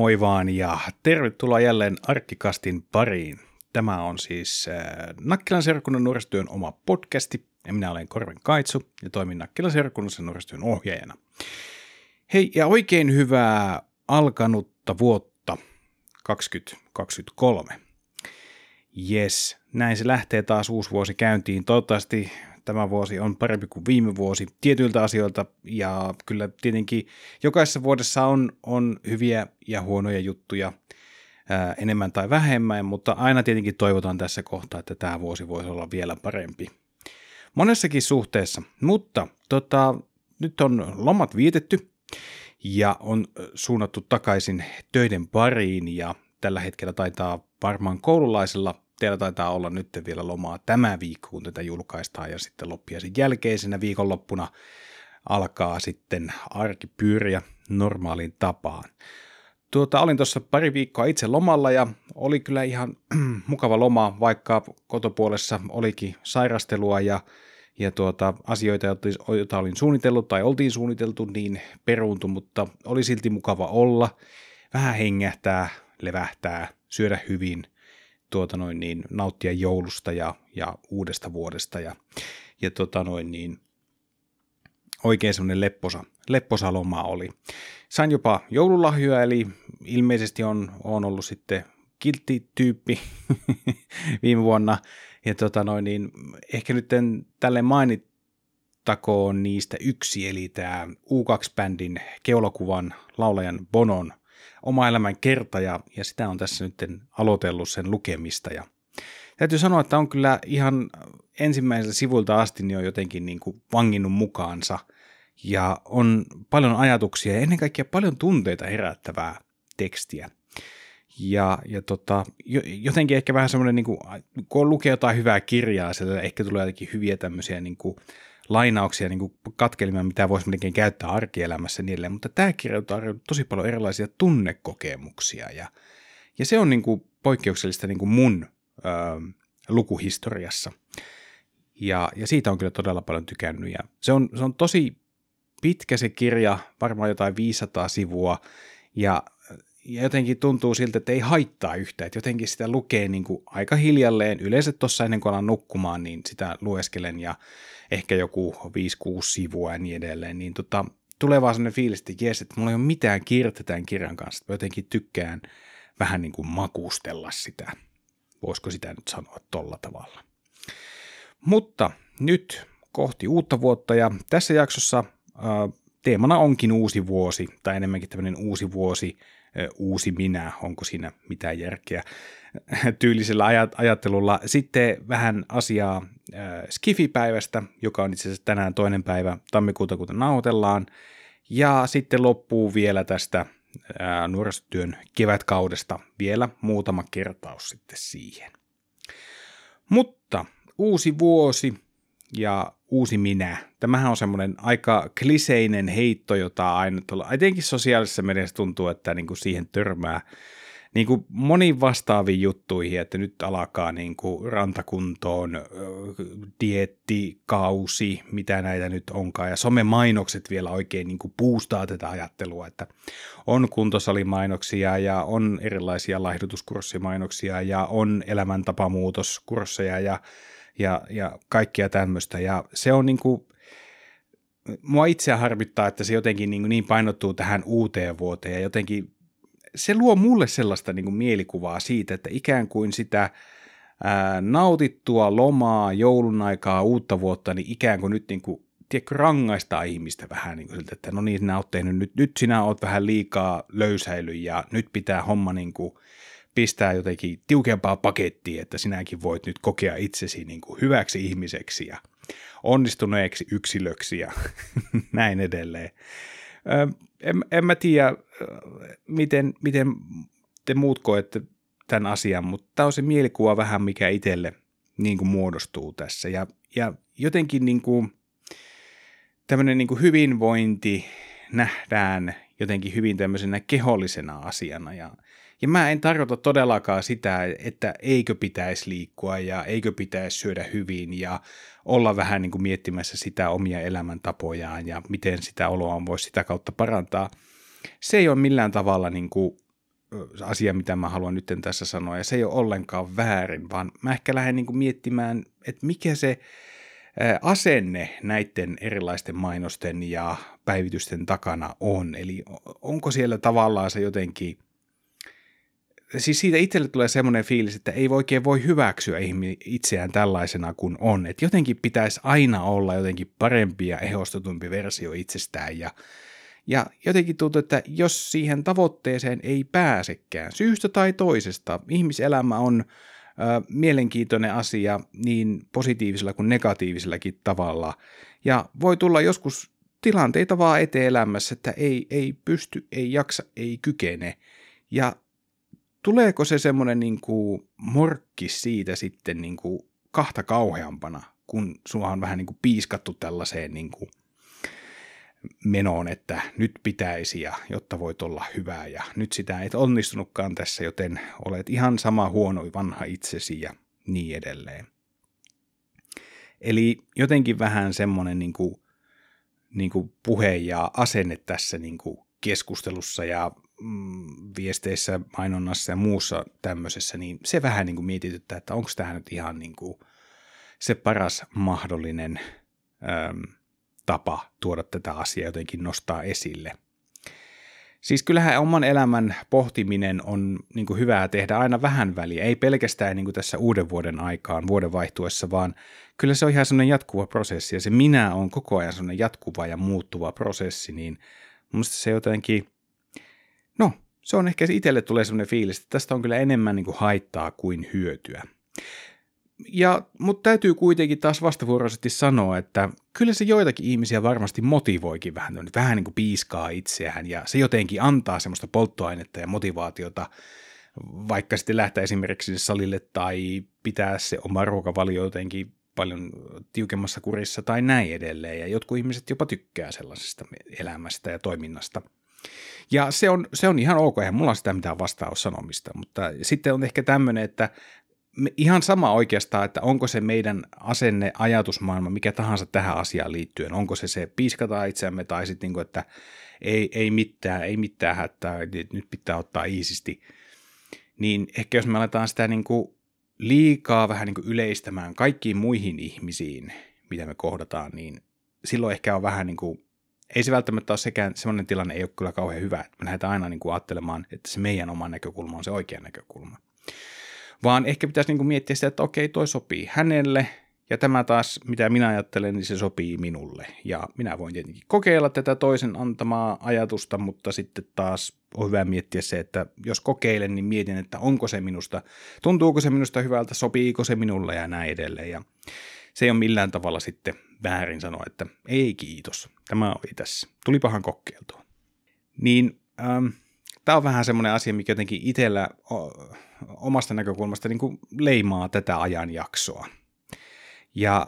Moi vaan ja tervetuloa jälleen Arkkikastin pariin. Tämä on siis Nakkilan seurakunnan nuorisotyön oma podcasti ja minä olen Korven Kaitsu ja toimin Nakkilan seurakunnassa nuorisotyön ohjaajana. Hei ja oikein hyvää alkanutta vuotta 2023. Jes, näin se lähtee taas uusi vuosi käyntiin. Toivottavasti tämä vuosi on parempi kuin viime vuosi tietyiltä asioilta ja kyllä tietenkin jokaisessa vuodessa on hyviä ja huonoja juttuja enemmän tai vähemmän, mutta aina tietenkin toivotaan tässä kohtaa, että tämä vuosi voisi olla vielä parempi. Monessakin suhteessa, mutta nyt on lomat vietetty ja on suunnattu takaisin töiden pariin ja tällä hetkellä taitaa varmaan koululaisella, teillä taitaa olla nyt vielä lomaa tämä viikko, kun tätä julkaistaan ja sitten loppiaisen jälkeisenä viikonloppuna alkaa sitten arki pyöriä normaaliin tapaan. Olin tuossa pari viikkoa itse lomalla ja oli kyllä ihan mukava loma, vaikka kotopuolessa olikin sairastelua ja asioita, joita olin suunnitellut tai oltiin suunniteltu, niin peruuntu, mutta oli silti mukava olla, vähän hengähtää, levähtää, syödä hyvin, nauttia joulusta ja uudesta vuodesta ja oikein semmoinen lepposa loma oli. Sain jopa joululahjoja, eli ilmeisesti on ollut sitten kiltti tyyppi viime vuonna ja ehkä nyt tälle mainittakoon niistä yksi, eli tämä U2-bändin keulakuvan laulajan Bonon oma elämän kerta ja sitä on tässä nyt aloitellut sen lukemista ja täytyy sanoa, että on kyllä ihan ensimmäiseltä sivulta asti niin on jotenkin niin kuin vanginnut mukaansa ja on paljon ajatuksia ja ennen kaikkea paljon tunteita herättävää tekstiä. Ja jotenkin ehkä vähän semmoinen, niin kun lukee jotain hyvää kirjaa, siellä ehkä tulee jotenkin hyviä tämmöisiä niin kuin lainauksia, niin kuin katkelmia, mitä voisi melkein käyttää arkielämässä niille, mutta tämä kirja on tarjonnut tosi paljon erilaisia tunnekokemuksia ja se on niin kuin poikkeuksellista niin kuin mun lukuhistoriassa ja siitä on kyllä todella paljon tykännyt ja se on tosi pitkä se kirja, varmaan jotain 500 sivua ja jotenkin tuntuu siltä, että ei haittaa yhtään, että jotenkin sitä lukee niin kuin aika hiljalleen, yleensä tuossa ennen kuin alan nukkumaan, niin sitä lueskelen ja ehkä joku 5-6 sivua ja niin edelleen, niin tulee vaan sellainen fiilis, että jes, että mulla ei ole mitään kiirettä tämän kirjan kanssa, mä jotenkin tykkään vähän niin kuin makustella sitä, voisiko sitä nyt sanoa tolla tavalla. Mutta nyt kohti uutta vuotta ja tässä jaksossa teemana onkin uusi vuosi, tai enemmänkin tämmöinen uusi vuosi, uusi minä, onko siinä mitään järkeä tyylisellä ajattelulla. Sitten vähän asiaa Skifi-päivästä, joka on itse asiassa tänään 2. päivä tammikuuta, kun nauhoitellaan. Ja sitten loppuu vielä tästä nuorisotyön kevätkaudesta vielä muutama kertaus sitten siihen. Mutta uusi vuosi ja uusi minä. Tämähän on semmoinen aika kliseinen heitto, jota aina etenkin sosiaalisessa mediassa tuntuu, että niin kuin siihen törmää niin kuin moniin vastaaviin juttuihin, että nyt alkaa niin kuin rantakuntoon, dieettikausi, mitä näitä nyt onkaan, ja somemainokset vielä oikein niin kuin boostaa tätä ajattelua, että on kuntosalimainoksia ja on erilaisia laihdutuskurssimainoksia ja on elämäntapamuutoskursseja ja kaikkea tämmöistä, ja se on niinku, mua itseä harmittaa, että se jotenkin niin painottuu tähän uuteen vuoteen, ja jotenkin se luo mulle sellaista niinku mielikuvaa siitä, että ikään kuin sitä nautittua lomaa, joulun aikaa, uutta vuotta, niin ikään kuin nyt niinku, tiedätkö, rangaistaa ihmistä vähän niin kuin siltä, että no niin, sinä olet tehnyt, nyt sinä olet vähän liikaa löysäily, ja nyt pitää homma niinku pistää jotenkin tiukempaa pakettia, että sinäkin voit nyt kokea itsesi niin kuin hyväksi ihmiseksi ja onnistuneeksi yksilöksi ja näin edelleen. En mä tiedä, miten te muut koette tämän asian, mutta tämä on se mielikuva vähän, mikä itselle niin kuin muodostuu tässä. Ja jotenkin niin kuin, tämmöinen niin kuin hyvinvointi nähdään jotenkin hyvin tämmöisenä kehollisena asiana ja mä en tarkoita todellakaan sitä, että eikö pitäisi liikkua ja eikö pitäisi syödä hyvin ja olla vähän niin kuin miettimässä sitä omia elämäntapojaan ja miten sitä oloaan voisi sitä kautta parantaa. Se ei ole millään tavalla niin kuin asia, mitä mä haluan nyt tässä sanoa, ja se ei ole ollenkaan väärin, vaan mä ehkä lähden niin kuin miettimään, että mikä se asenne näiden erilaisten mainosten ja päivitysten takana on. Eli onko siellä tavallaan se jotenkin, siis siitä itselle tulee semmoinen fiilis, että ei oikein voi hyväksyä itseään tällaisena kuin on. Että jotenkin pitäisi aina olla jotenkin parempi ja ehostetumpi versio itsestään. Ja jotenkin tuntuu, että jos siihen tavoitteeseen ei pääsekään, syystä tai toisesta, ihmiselämä on mielenkiintoinen asia niin positiivisella kuin negatiivisellakin tavalla. Ja voi tulla joskus tilanteita vaan eteen elämässä, että ei pysty, ei jaksa, ei kykene. Ja tuleeko se semmoinen niin kuin morkki siitä sitten niin kuin kahta kauheampana, kun sua on vähän niin kuin piiskattu tällaiseen niin kuin menoon, että nyt pitäisi ja jotta voit olla hyvä ja nyt sitä et onnistunutkaan tässä, joten olet ihan sama huono vanha itsesi ja niin edelleen. Eli jotenkin vähän semmoinen niin kuin puhe ja asenne tässä niin kuin keskustelussa ja viesteissä, mainonnassa ja muussa tämmöisessä, niin se vähän niin kuin mietityttää, että onko tämä nyt ihan niin kuin se paras mahdollinen tapa tuoda tätä asiaa jotenkin nostaa esille. Siis kyllähän oman elämän pohtiminen on niin kuin hyvää tehdä aina vähän väliä, ei pelkästään niin kuin tässä uuden vuoden aikaan, vuoden vaihtuessa, vaan kyllä se on ihan sellainen jatkuva prosessi, ja se minä on koko ajan sellainen jatkuva ja muuttuva prosessi, niin minusta se jotenkin, no se on ehkä itselle tulee sellainen fiilis, että tästä on kyllä enemmän niin kuin haittaa kuin hyötyä. Mutta täytyy kuitenkin taas vastavuoroisesti sanoa, että kyllä se joitakin ihmisiä varmasti motivoikin vähän niin kuin piiskaa itseään ja se jotenkin antaa semmoista polttoainetta ja motivaatiota, vaikka sitten lähtee esimerkiksi salille tai pitää se oma ruokavalio jotenkin paljon tiukemmassa kurissa tai näin edelleen ja jotkut ihmiset jopa tykkää sellaisesta elämästä ja toiminnasta. Ja se on ihan ok, eihän mulla sitä mitään vastaussanomista, mutta sitten on ehkä tämmöinen, että ihan sama oikeastaan, että onko se meidän asenne, ajatusmaailma, mikä tahansa tähän asiaan liittyen, onko se piiskataan itseämme tai sitten niin kuin, että ei mitään hätää, nyt pitää ottaa iisisti, niin ehkä jos me aletaan sitä niin kuin liikaa vähän niin kuin yleistämään kaikkiin muihin ihmisiin, mitä me kohdataan, niin silloin ehkä on vähän niin kuin, ei se välttämättä ole sekään, semmoinen tilanne ei ole kyllä kauhean hyvä, että me lähdetään aina niin kuin ajattelemaan, että se meidän oma näkökulma on se oikea näkökulma. Vaan ehkä pitäisi niin kuin miettiä sitä, että okei, toi sopii hänelle, ja tämä taas, mitä minä ajattelen, niin se sopii minulle. Ja minä voin tietenkin kokeilla tätä toisen antamaa ajatusta, mutta sitten taas on hyvä miettiä se, että jos kokeilen, niin mietin, että onko se minusta, tuntuuko se minusta hyvältä, sopiiko se minulle ja näin edelleen. Ja se ei ole millään tavalla sitten väärin sanoa, että ei kiitos, tämä oli tässä, tulipahan kokeiltua. Niin tämä on vähän semmoinen asia, mikä jotenkin itsellä omasta näkökulmasta niin kuin leimaa tätä ajanjaksoa. Ja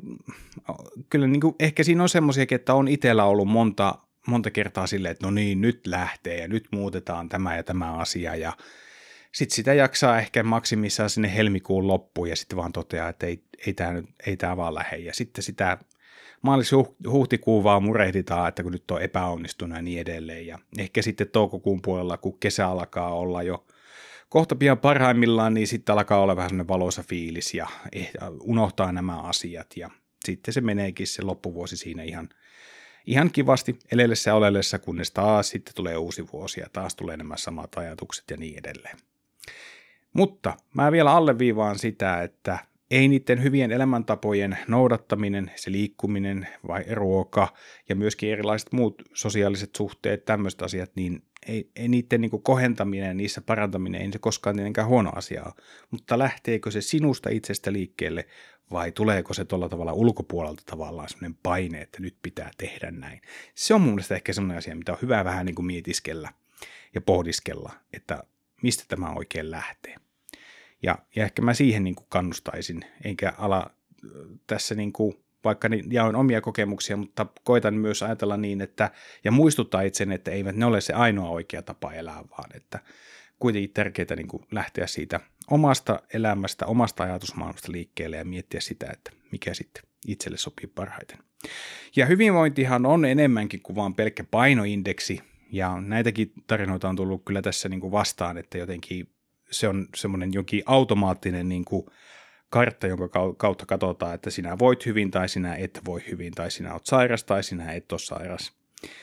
kyllä niin kuin, ehkä siinä on semmoisiakin, että on itsellä ollut monta kertaa silleen, että no niin, nyt lähtee ja nyt muutetaan tämä ja tämä asia ja sitten sitä jaksaa ehkä maksimissaan sinne helmikuun loppuun ja sitten vaan toteaa, että ei tämä vaan lähde. Ja sitten sitä maalis-huhtikuun vaan murehditaan, että kun nyt on epäonnistunut ja niin edelleen. Ja ehkä sitten toukokuun puolella, kun kesä alkaa olla jo kohta pian parhaimmillaan, niin sitten alkaa olla vähän sellainen valoisa fiilis ja unohtaa nämä asiat. Ja sitten se meneekin se loppuvuosi siinä ihan kivasti elellessä ja olellessa, kunnes taas sitten tulee uusi vuosi ja taas tulee nämä samat ajatukset ja niin edelleen. Mutta mä vielä alleviivaan sitä, että ei niiden hyvien elämäntapojen noudattaminen, se liikkuminen vai ruoka ja myöskin erilaiset muut sosiaaliset suhteet, tämmöiset asiat, niin ei niiden niin kuin kohentaminen ja niissä parantaminen, ei se koskaan tietenkään huono asia ole. Mutta lähteekö se sinusta itsestä liikkeelle vai tuleeko se tuolla tavalla ulkopuolelta tavallaan sellainen paine, että nyt pitää tehdä näin. Se on mun mielestä ehkä sellainen asia, mitä on hyvä vähän niin kuin mietiskellä ja pohdiskella, että mistä tämä oikein lähtee. Ja ehkä mä siihen niin kuin kannustaisin, enkä ala tässä, niin kuin, vaikka jaoin omia kokemuksia, mutta koitan myös ajatella niin, että, ja muistuttaa itsen, että eivät ne ole se ainoa oikea tapa elää, vaan että kuitenkin tärkeää niin kuin lähteä siitä omasta elämästä, omasta ajatusmaailmasta liikkeelle ja miettiä sitä, että mikä sitten itselle sopii parhaiten. Ja hyvinvointihan on enemmänkin kuin vaan pelkkä painoindeksi, Ja näitäkin tarinoita on tullut kyllä tässä niin kuin vastaan, että jotenkin se on semmoinen jokin automaattinen niin kuin kartta, jonka kautta katsotaan, että sinä voit hyvin tai sinä et voi hyvin, tai sinä olet sairas tai sinä et ole sairas.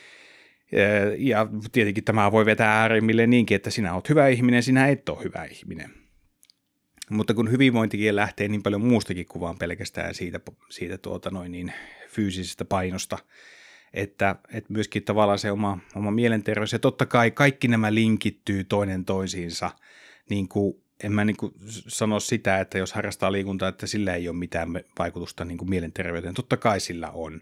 Ja tietenkin tämä voi vetää äärimmille niinkin, että sinä olet hyvä ihminen, sinä et ole hyvä ihminen. Mutta kun hyvinvointikin lähtee niin paljon muustakin kuin vaan pelkästään siitä fyysisestä painosta, että myöskin tavallaan se oma mielenterveys, ja totta kai kaikki nämä linkittyy toinen toisiinsa, niin kuin en mä niin kuin sano sitä, että jos harrastaa liikuntaa, että sillä ei ole mitään vaikutusta niin kuin mielenterveyteen, totta kai sillä on.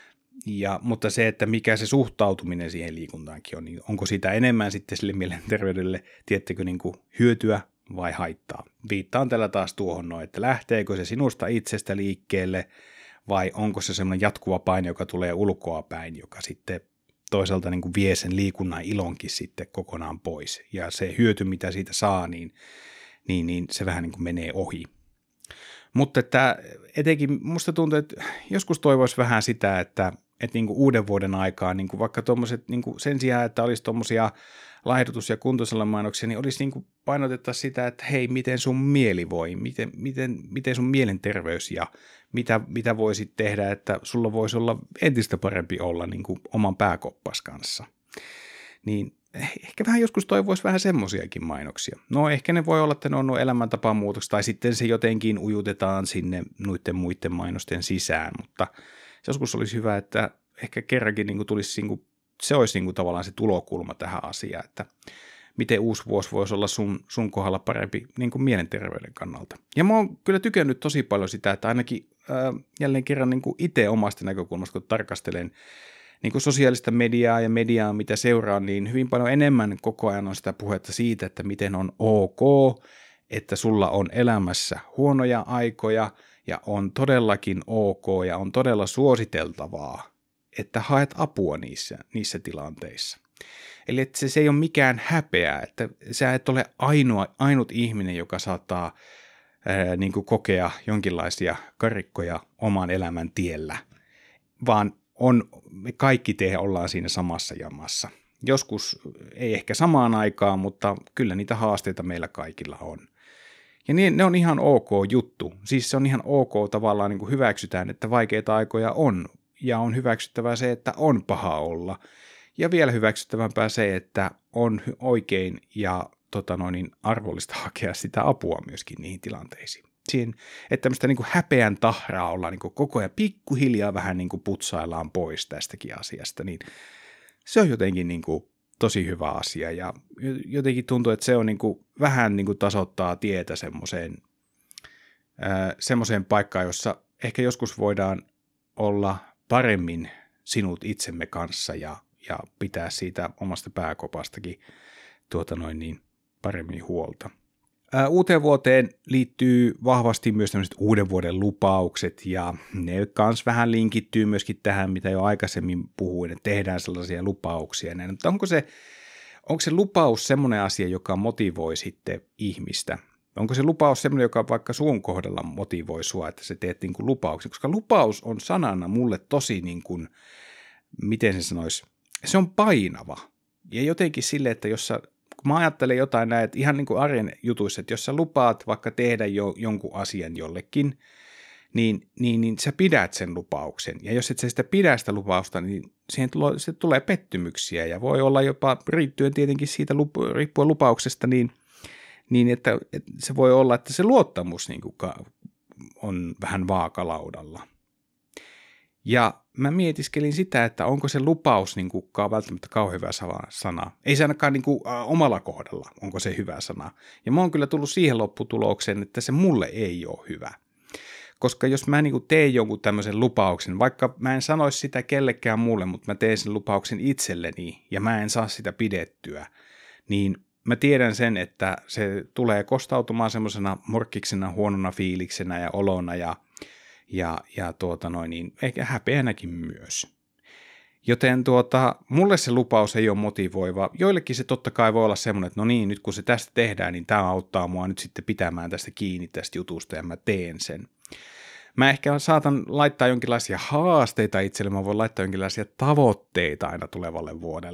Mutta se, että mikä se suhtautuminen siihen liikuntaankin on, niin onko siitä enemmän sitten sille mielenterveydelle, tiettekö, niin kuin hyötyä vai haittaa. Viittaan tällä taas tuohon noin, että lähteekö se sinusta itsestä liikkeelle vai onko se semmoinen jatkuva paine, joka tulee ulkoa päin, joka sitten toisaalta niin kuin vie sen liikunnan ilonkin sitten kokonaan pois. Ja se hyöty, mitä siitä saa, niin se vähän niin kuin menee ohi. Mutta että etenkin musta tuntuu, että joskus toivoisi vähän sitä, että niin kuin uuden vuoden aikaan, niin kuin vaikka tuommoiset, niin kuin sen sijaan, että olisi tuommoisia laihdutus- ja kuntosalamainoksia, niin olisi niin kuin painotetta sitä, että hei, miten sun mieli voi, miten sun mielenterveys ja mitä voisit tehdä, että sulla voisi olla entistä parempi olla niin kuin oman pääkoppas kanssa. Niin ehkä vähän joskus toivoisi vähän semmoisiakin mainoksia. No ehkä ne voi olla, että ne on nuo elämäntapamuutokset, tai sitten se jotenkin ujutetaan sinne noiden muiden mainosten sisään, mutta joskus olisi hyvä, että ehkä kerrankin niin kuin tulisi, niin kuin, se olisi niin kuin tavallaan se tulokulma tähän asiaan, että miten uusi vuosi voisi olla sun kohdalla parempi niin kuin mielenterveyden kannalta. Ja mä oon kyllä tykännyt tosi paljon sitä, että ainakin jälleen kerran niin kuin itse omasta näkökulmasta, kun tarkastelen niin kuin sosiaalista mediaa, mitä seuraan, niin hyvin paljon enemmän koko ajan on sitä puhetta siitä, että miten on ok, että sulla on elämässä huonoja aikoja ja on todellakin ok ja on todella suositeltavaa, että haet apua niissä tilanteissa. Eli että se ei ole mikään häpeä, että sä et ole ainut ihminen, joka saattaa niin kuin kokea jonkinlaisia karikkoja oman elämän tiellä, vaan me kaikki ollaan siinä samassa jamassa. Joskus ei ehkä samaan aikaan, mutta kyllä niitä haasteita meillä kaikilla on. Ja ne on ihan ok juttu. Siis se on ihan ok tavallaan, niin kuin hyväksytään, että vaikeita aikoja on. Ja on hyväksyttävää se, että on paha olla. Ja vielä hyväksyttävämpää se, että on oikein ja arvollista hakea sitä apua myöskin niihin tilanteisiin. Siihen, että tämmöistä niin kuin häpeän tahraa ollaan niin kuin koko ajan pikkuhiljaa vähän niin kuin putsaillaan pois tästäkin asiasta, niin se on jotenkin niin kuin tosi hyvä asia ja jotenkin tuntuu, että se on niin kuin vähän niin kuin tasoittaa tietä semmoiseen paikkaan, jossa ehkä joskus voidaan olla paremmin sinut itsemme kanssa ja pitää siitä omasta pääkopastakin paremmin huolta. Uuteen vuoteen liittyy vahvasti myös tämmöiset uuden vuoden lupaukset ja ne kans vähän linkittyy myöskin tähän, mitä jo aikaisemmin puhuin, että tehdään sellaisia lupauksia. Mutta onko se lupaus semmoinen asia, joka motivoi sitten ihmistä? Onko se lupaus semmoinen, joka vaikka sun kohdalla motivoi sua, että sä teet niin kuin lupauksia? Koska lupaus on sanana mulle tosi niin kuin, miten se sanoisi, se on painava. Ja jotenkin silleen, että kun mä ajattelen jotain näitä ihan niin kuin arjen jutuissa, että jos sä lupaat vaikka tehdä jonkun asian jollekin, niin sä pidät sen lupauksen. Ja jos et sä sitä pidä sitä lupausta, niin siihen tulee pettymyksiä ja voi olla jopa riittyen tietenkin siitä riippuen lupauksesta, niin että se voi olla, että se luottamus niin kuin on vähän vaakalaudalla. Ja mä mietiskelin sitä, että onko se lupaus niin kuin välttämättä kauhean hyvä sana. Ei se ainakaan niin kuin omalla kohdalla, onko se hyvä sana. Ja mä oon kyllä tullut siihen lopputulokseen, että se mulle ei ole hyvä. Koska jos mä niin kuin teen jonkun tämmöisen lupauksen, vaikka mä en sanoisi sitä kellekään muulle, mutta mä teen sen lupauksen itselleni ja mä en saa sitä pidettyä, niin mä tiedän sen, että se tulee kostautumaan semmoisena morkkiksena, huonona fiiliksenä ja olona ja ehkä häpeänäkin myös. Joten mulle se lupaus ei ole motivoiva. Joillekin se totta kai voi olla semmoinen, että no niin, nyt kun se tästä tehdään, niin tämä auttaa mua nyt sitten pitämään tästä kiinni tästä jutusta ja mä teen sen. Mä ehkä saatan laittaa jonkinlaisia haasteita itselle, mä voin laittaa jonkinlaisia tavoitteita aina tulevalle vuodelle.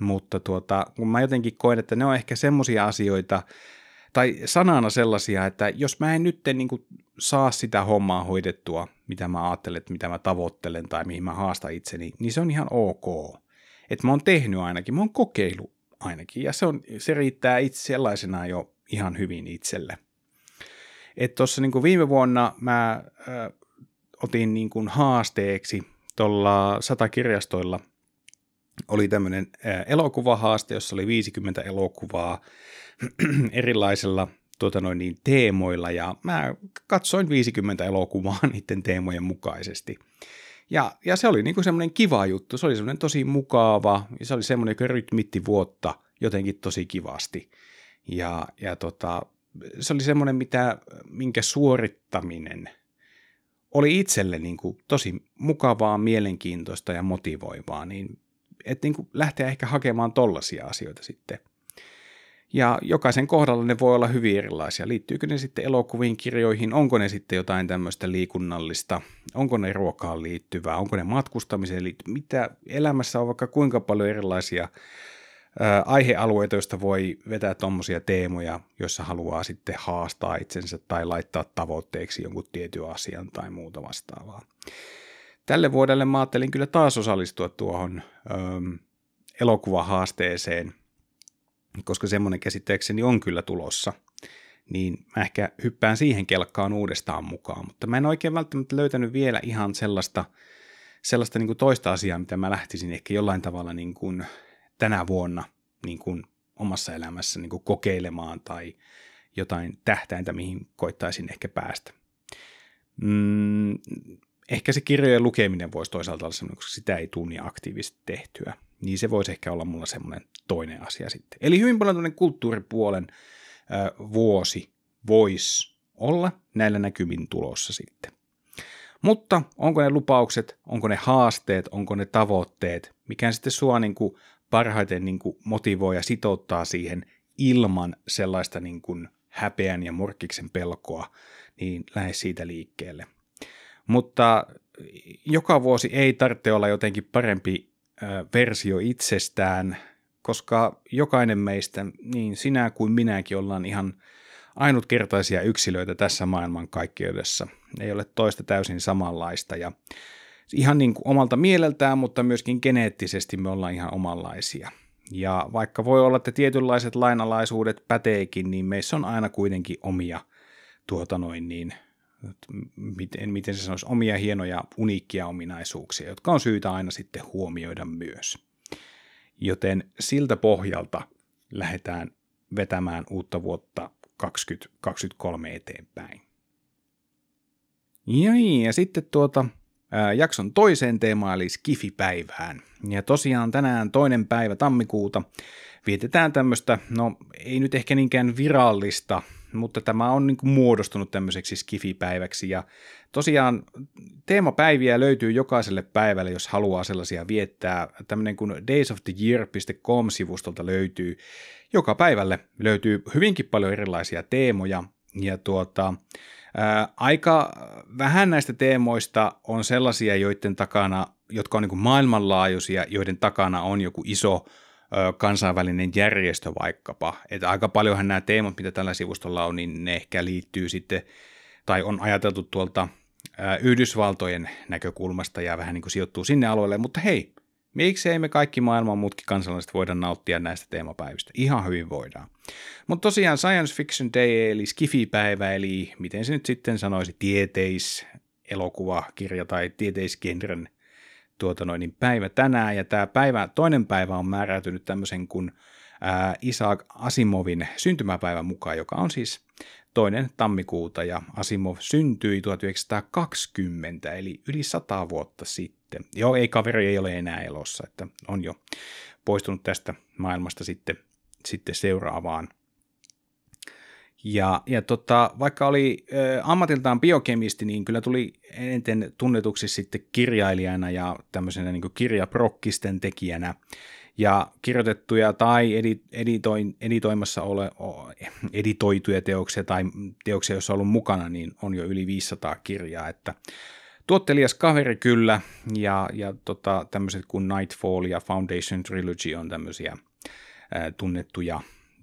mutta kun mä jotenkin koen, että ne on ehkä semmoisia asioita, tai sanana sellaisia, että jos mä en nyt niin kuin saa sitä hommaa hoidettua, mitä mä ajattelen, että mitä mä tavoittelen tai mihin mä haastan itseni, niin se on ihan ok. Että mä oon tehnyt ainakin, mä oon kokeillut ainakin, ja se riittää itse sellaisenaan jo ihan hyvin itselle. Että tuossa niin kuin viime vuonna mä otin niin kuin haasteeksi tuolla 100 kirjastoilla, oli tämmöinen elokuvahaaste, jossa oli 50 elokuvaa erilaisilla teemoilla, ja mä katsoin 50 elokuvaa niiden teemojen mukaisesti. Ja se oli niinku semmoinen kiva juttu, se oli semmoinen tosi mukava, ja se oli semmoinen, joka rytmitti vuotta jotenkin tosi kivasti. Ja se oli semmoinen, minkä suorittaminen oli itselle niinku tosi mukavaa, mielenkiintoista ja motivoivaa, niin että niinku lähteä ehkä hakemaan tollaisia asioita sitten. Ja jokaisen kohdalla ne voi olla hyvin erilaisia. Liittyykö ne sitten elokuviin, kirjoihin, onko ne sitten jotain tämmöistä liikunnallista, onko ne ruokaan liittyvää, onko ne matkustamiseen liittyvää, mitä elämässä on vaikka kuinka paljon erilaisia aihealueita, joista voi vetää tommosia teemoja, joissa haluaa sitten haastaa itsensä tai laittaa tavoitteeksi jonkun tietyn asian tai muuta vastaavaa. Tälle vuodelle mä ajattelin kyllä taas osallistua tuohon elokuvahaasteeseen, koska semmoinen käsittääkseni on kyllä tulossa, niin mä ehkä hyppään siihen kelkkaan uudestaan mukaan, mutta mä en oikein välttämättä löytänyt vielä ihan sellaista niin kuin toista asiaa, mitä mä lähtisin ehkä jollain tavalla niin kuin tänä vuonna niin kuin omassa elämässä niin kuin kokeilemaan tai jotain tähtäintä, mihin koittaisin ehkä päästä. Ehkä se kirjojen lukeminen voisi toisaalta olla semmoinen, koska sitä ei tule niin aktiivisesti tehtyä. Niin se voisi ehkä olla mulla semmoinen toinen asia sitten. Eli hyvin paljon tämmöinen kulttuuripuolen vuosi voisi olla näillä näkymin tulossa sitten. Mutta onko ne lupaukset, onko ne haasteet, onko ne tavoitteet, mikä sitten sua niin kuin parhaiten niin kuin motivoi ja sitouttaa siihen ilman sellaista niin kuin häpeän ja murkiksen pelkoa, niin lähde siitä liikkeelle. Mutta joka vuosi ei tarvitse olla jotenkin parempi versio itsestään, koska jokainen meistä, niin sinä kuin minäkin, ollaan ihan ainutkertaisia yksilöitä tässä maailmankaikkeudessa. Ei ole toista täysin samanlaista ja ihan niin kuin omalta mieleltään, mutta myöskin geneettisesti me ollaan ihan omanlaisia. Ja vaikka voi olla, että tietynlaiset lainalaisuudet päteekin, niin meissä on aina kuitenkin omia miten se sanoisi, omia hienoja, uniikkia ominaisuuksia, jotka on syytä aina sitten huomioida myös. Joten siltä pohjalta lähdetään vetämään uutta vuotta 2023 eteenpäin. Ja sitten jakson toiseen teemaan, eli Skifi-päivään. Ja tosiaan tänään 2. päivä tammikuuta vietetään tämmöistä, no ei nyt ehkä niinkään virallista, mutta tämä on niin kuin muodostunut tämmöiseksi Skifi-päiväksi. Ja tosiaan teemapäiviä löytyy jokaiselle päivälle, jos haluaa sellaisia viettää. Tämmöinen kuin daysoftheyear.com-sivustolta löytyy. Joka päivälle löytyy hyvinkin paljon erilaisia teemoja. Ja aika vähän näistä teemoista on sellaisia, jotka on niin kuin maailmanlaajuisia, joiden takana on joku iso kansainvälinen järjestö vaikkapa. Että aika paljonhan nämä teemat, mitä tällä sivustolla on, niin ne ehkä liittyy sitten, tai on ajateltu tuolta Yhdysvaltojen näkökulmasta ja vähän niin kuin sijoittuu sinne alueelle, mutta hei, miksei me kaikki maailman muutkin kansalaiset voida nauttia näistä teemapäivistä? Ihan hyvin voidaan. Mutta tosiaan Science Fiction Day, eli Skifi-päivä, eli miten se nyt sitten sanoisi, tieteiselokuvakirja tai tieteisgenren päivä tänään, ja tämä toinen päivä on määräytynyt tämmöisen kuin Isaac Asimovin syntymäpäivän mukaan, joka on siis 2. tammikuuta, ja Asimov syntyi 1920, eli yli 100 vuotta sitten. Joo, kaveri ei ole enää elossa, että on jo poistunut tästä maailmasta sitten seuraavaan. Ja vaikka oli ammatiltaan biokemisti, niin kyllä tuli eniten tunnetuksi sitten kirjailijana ja tämmöisenä niin kuin kirjaprokkisten tekijänä. Ja kirjoitettuja tai editoituja teoksia tai teoksia, joissa on ollut mukana, niin on jo yli 500 kirjaa. Että tuottelias kaveri kyllä, ja tämmöiset kuin Nightfall ja Foundation Trilogy on tämmöisiä tunnettuja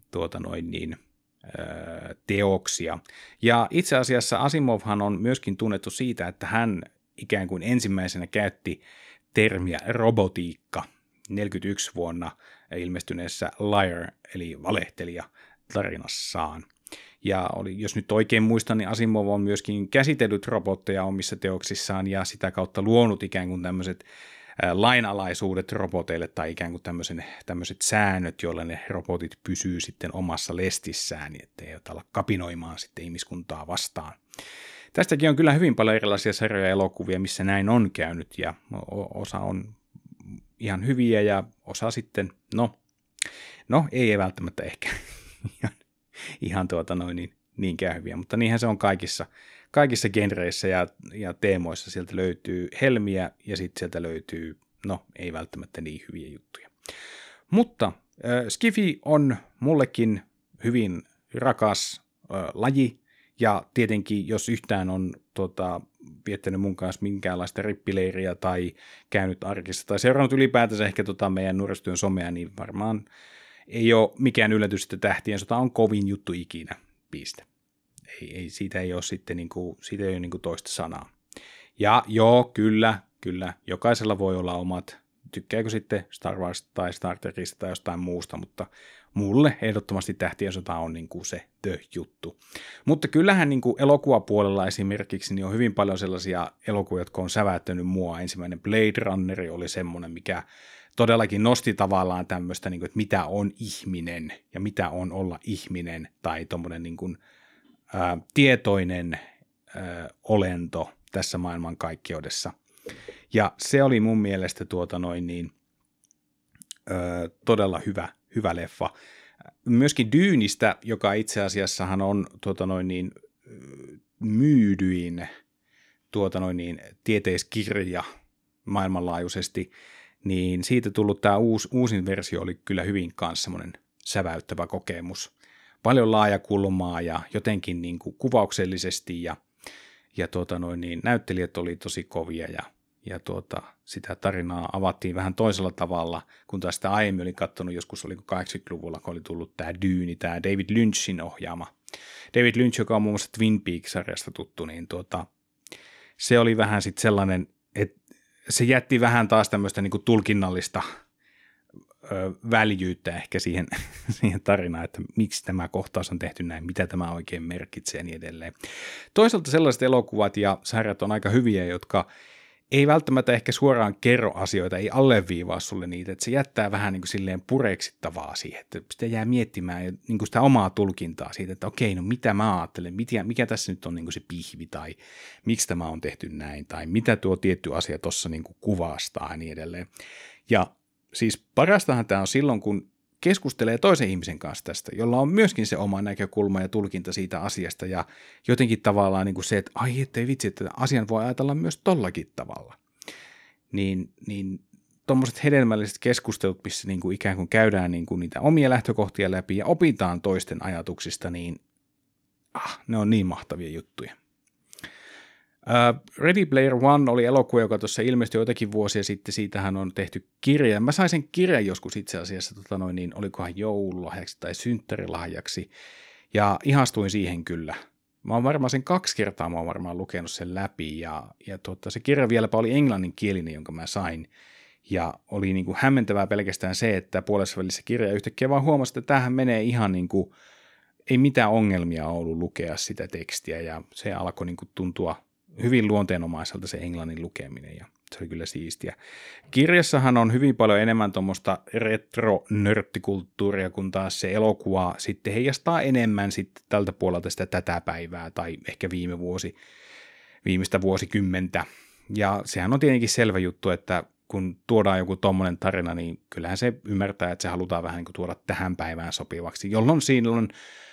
teoksia. Ja itse asiassa Asimovhan on myöskin tunnettu siitä, että hän ikään kuin ensimmäisenä käytti termiä robotiikka 41 vuonna ilmestyneessä Liar, eli valehtelija tarinassaan. Ja jos nyt oikein muistan, niin Asimov on myöskin käsitellyt robotteja omissa teoksissaan ja sitä kautta luonut ikään kuin tämmöiset lainalaisuudet roboteille tai ikään kuin tämmöiset säännöt, joilla ne robotit pysyy sitten omassa lestissään, ettei olla kapinoimaan sitten ihmiskuntaa vastaan. Tästäkin on kyllä hyvin paljon erilaisia sarjoja ja elokuvia, missä näin on käynyt, ja osa on ihan hyviä ja osa sitten, ei välttämättä ehkä ihan niinkään hyviä, mutta niinhän se on kaikissa genreissä ja teemoissa. Sieltä löytyy helmiä ja sitten sieltä löytyy, ei välttämättä niin hyviä juttuja. Mutta Skifi on mullekin hyvin rakas laji, ja tietenkin jos yhtään on viettänyt mun kanssa minkäänlaista rippileiriä tai käynyt arkissa tai seurannut ylipäätänsä ehkä meidän nuorisotyön somea, niin varmaan ei ole mikään yllätys, että Tähtien sota on kovin juttu ikinä, piste. Siitä ei ole sitten siitä ei ole toista sanaa. Ja joo, kyllä, jokaisella voi olla omat, tykkääkö sitten Star Wars tai Star Trekista tai jostain muusta, mutta mulle ehdottomasti Tähtien sota on se the-juttu. Mutta kyllähän elokuvapuolella esimerkiksi niin on hyvin paljon sellaisia elokuvia, jotka on säväyttänyt mua. Ensimmäinen Blade Runner oli semmoinen, mikä todellakin nosti tavallaan tämmöistä, että mitä on ihminen ja mitä on olla ihminen tai tommoinen tietoinen olento tässä maailmankaikkeudessa. Ja se oli mun mielestä todella hyvä leffa. Myöskin Dyynistä, joka itse asiassahan on myydyin tieteiskirja maailmanlaajuisesti, niin siitä tullut tämä uusin versio oli kyllä hyvin kanssa semmoinen säväyttävä kokemus. Paljon laajakulmaa ja jotenkin kuvauksellisesti ja näyttelijät oli tosi kovia ja sitä tarinaa avattiin vähän toisella tavalla, kun taas sitä aiemmin olin katsonut joskus, oliko 80-luvulla, kun oli tullut tämä Dyyni, tämä David Lynchin ohjaama. David Lynch, joka on muun muassa Twin Peaks-sarjasta tuttu, niin se oli vähän sitten sellainen, että se jätti vähän taas tämmöistä tulkinnallista väljyyttä ehkä siihen tarinaan, että miksi tämä kohtaus on tehty näin, mitä tämä oikein merkitsee ja niin edelleen. Toisaalta sellaiset elokuvat ja sarjat on aika hyviä, jotka ei välttämättä ehkä suoraan kerro asioita, ei alleviivaa sulle niitä, että se jättää vähän silleen pureksittavaa siihen, että sitä jää miettimään sitä omaa tulkintaa siitä, että okei, mitä mä ajattelen, mikä tässä nyt on se pihvi, tai miksi tämä on tehty näin, tai mitä tuo tietty asia tuossa kuvastaa ja niin edelleen. Ja siis parastahan tämä on silloin, kun keskustelee toisen ihmisen kanssa tästä, jolla on myöskin se oma näkökulma ja tulkinta siitä asiasta ja jotenkin tavallaan se, että ai ettei vitsi, että asian voi ajatella myös tollakin tavalla. Niin tuommoiset hedelmälliset keskustelut, missä ikään kuin käydään niitä omia lähtökohtia läpi ja opitaan toisten ajatuksista, niin ne on niin mahtavia juttuja. Ready Player One oli elokuva, joka tuossa ilmestyi joitakin vuosia sitten, siitähän on tehty kirja. Mä sain sen kirjan joskus itse asiassa, olikohan joululahjaksi tai synttärilahjaksi, ja ihastuin siihen kyllä. Mä oon varmaan sen 2 kertaa lukenut sen läpi, ja se kirja vieläpä oli englanninkielinen, jonka mä sain, ja oli hämmentävää pelkästään se, että puolessa välissä kirja yhtäkkiä vaan huomasi, että tämähän menee ihan ei mitään ongelmia ollut lukea sitä tekstiä, ja se alkoi tuntua hyvin luonteenomaiselta se englannin lukeminen, ja se oli kyllä siistiä. Kirjassahan on hyvin paljon enemmän tuommoista retro-nörttikulttuuria, kun taas se elokuva sitten heijastaa enemmän sitten tältä puolelta sitä tätä päivää, tai ehkä viimeistä vuosikymmentä. Ja sehän on tietenkin selvä juttu, että kun tuodaan joku tommonen tarina, niin kyllähän se ymmärtää, että se halutaan vähän tuoda tähän päivään sopivaksi, jolloin silloin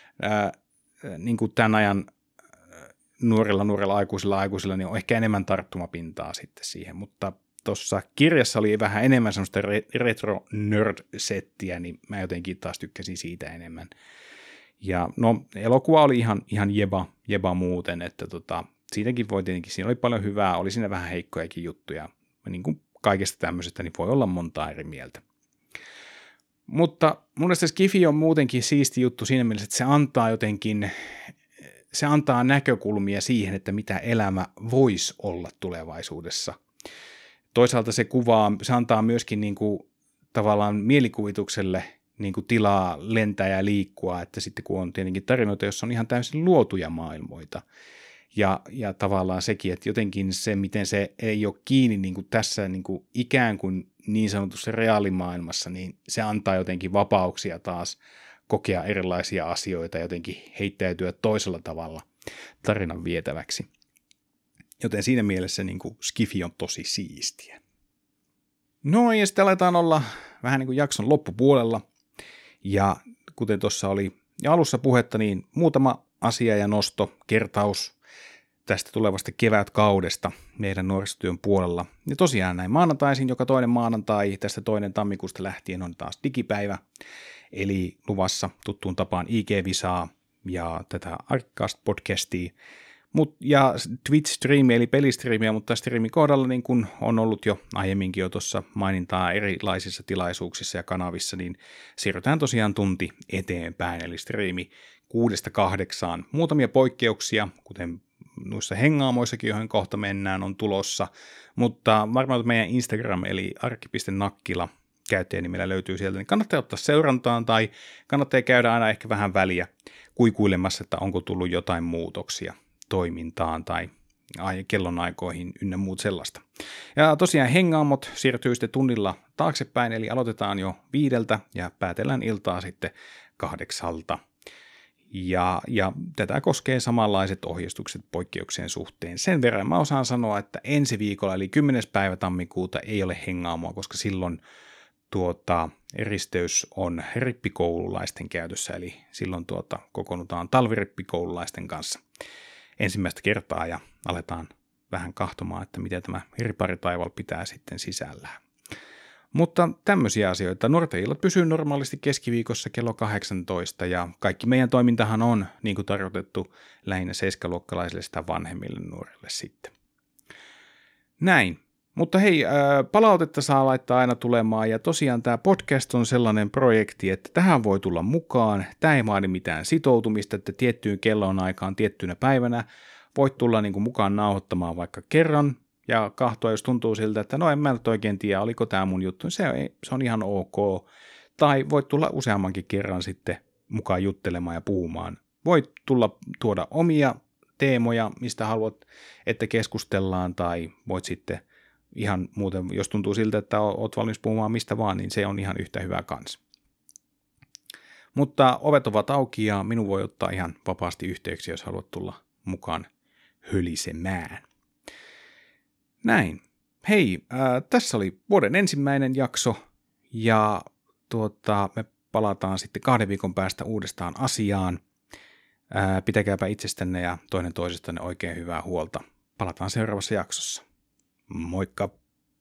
tämän ajan nuorilla aikuisilla niin on ehkä enemmän tarttumapintaa sitten siihen, mutta tuossa kirjassa oli vähän enemmän semmoista retro-nerd-settiä, niin mä jotenkin taas tykkäsin siitä enemmän. Ja elokuva oli ihan jeba muuten, että siitäkin voi tietenkin, siinä oli paljon hyvää, oli siinä vähän heikkojakin juttuja. Niin kuin kaikesta tämmöisestä niin voi olla monta eri mieltä. Mutta mun mielestä Skifi on muutenkin siisti juttu siinä mielessä, että se antaa näkökulmia siihen, että mitä elämä voisi olla tulevaisuudessa. Toisaalta se antaa myöskin niin kuin tavallaan mielikuvitukselle niin kuin tilaa lentää ja liikkua, että sitten kun on tietenkin tarinoita, joissa on ihan täysin luotuja maailmoita. Ja tavallaan sekin, että jotenkin se, miten se ei ole kiinni niin kuin tässä niin kuin ikään kuin niin sanotussa reaalimaailmassa, niin se antaa jotenkin vapauksia taas kokea erilaisia asioita, jotenkin heittäytyä toisella tavalla tarinan vietäväksi. Joten siinä mielessä niin kuin Skifi on tosi siistiä. No ja sitten aletaan olla vähän niin kuin jakson loppupuolella. Ja kuten tuossa oli jo alussa puhetta, niin muutama asia ja nosto, kertaus tästä tulevasta kevätkaudesta meidän nuorisotyön puolella. Ja tosiaan näin maanantaisin, joka toinen maanantai, tästä 2. tammikuusta lähtien on taas digipäivä. Eli luvassa tuttuun tapaan IG-visaa ja tätä Arccast-podcastia. Ja Twitch-striimi eli pelistriimiä, mutta striimin kohdalla niin kun on ollut jo aiemminkin jo tuossa mainintaa erilaisissa tilaisuuksissa ja kanavissa, niin siirrytään tosiaan tunti eteenpäin, eli striimi 6-8. Muutamia poikkeuksia, kuten noissa hengaamoissakin, joihin kohta mennään, on tulossa, mutta varmaan meidän Instagram eli arkki.nakkila käyttäjänimellä löytyy sieltä, niin kannattaa ottaa seurantaan tai kannattaa käydä aina ehkä vähän väliä kuikuilemassa, että onko tullut jotain muutoksia toimintaan tai kellonaikoihin ynnä muut sellaista. Ja tosiaan hengaamot siirtyy sitten tunnilla taaksepäin, eli aloitetaan jo 5 ja päätellään iltaa sitten 8. Ja tätä koskee samanlaiset ohjeistukset poikkeuksien suhteen. Sen verran mä osaan sanoa, että ensi viikolla eli 10. päivä tammikuuta ei ole hengaamoa, koska silloin eristeys on rippikoululaisten käytössä, eli silloin kokoonnutaan talvirippikoululaisten kanssa ensimmäistä kertaa ja aletaan vähän kahtomaan, että miten tämä riparitaival pitää sitten sisällään. Mutta tämmöisiä asioita. Nuorten illat pysyy normaalisti keskiviikossa kello 18 ja kaikki meidän toimintahan on niin kuin tarkoitettu lähinnä 7-luokkalaisille sitä vanhemmille nuorille sitten. Näin. Mutta hei, palautetta saa laittaa aina tulemaan ja tosiaan tämä podcast on sellainen projekti, että tähän voi tulla mukaan. Tämä ei vaadi mitään sitoutumista, että tiettyyn kellonaikaan tiettynä päivänä voit tulla niin kuin mukaan nauhoittamaan vaikka kerran ja kahtoa, jos tuntuu siltä, että no en mä nyt oikein tiedä, oliko tämä mun juttu, se on ihan ok. Tai voit tulla useammankin kerran sitten mukaan juttelemaan ja puhumaan. Voit tuoda omia teemoja, mistä haluat, että keskustellaan, tai voit sitten ihan muuten, jos tuntuu siltä, että oot valmis puhumaan mistä vaan, niin se on ihan yhtä hyvä kans. Mutta ovet ovat auki ja minun voi ottaa ihan vapaasti yhteyksiä, jos haluat tulla mukaan hölisemään. Näin. Hei, tässä oli vuoden ensimmäinen jakso ja me palataan sitten 2 viikon päästä uudestaan asiaan. Pitäkääpä itsestänne ja toinen toisestanne oikein hyvää huolta. Palataan seuraavassa jaksossa. Moikka!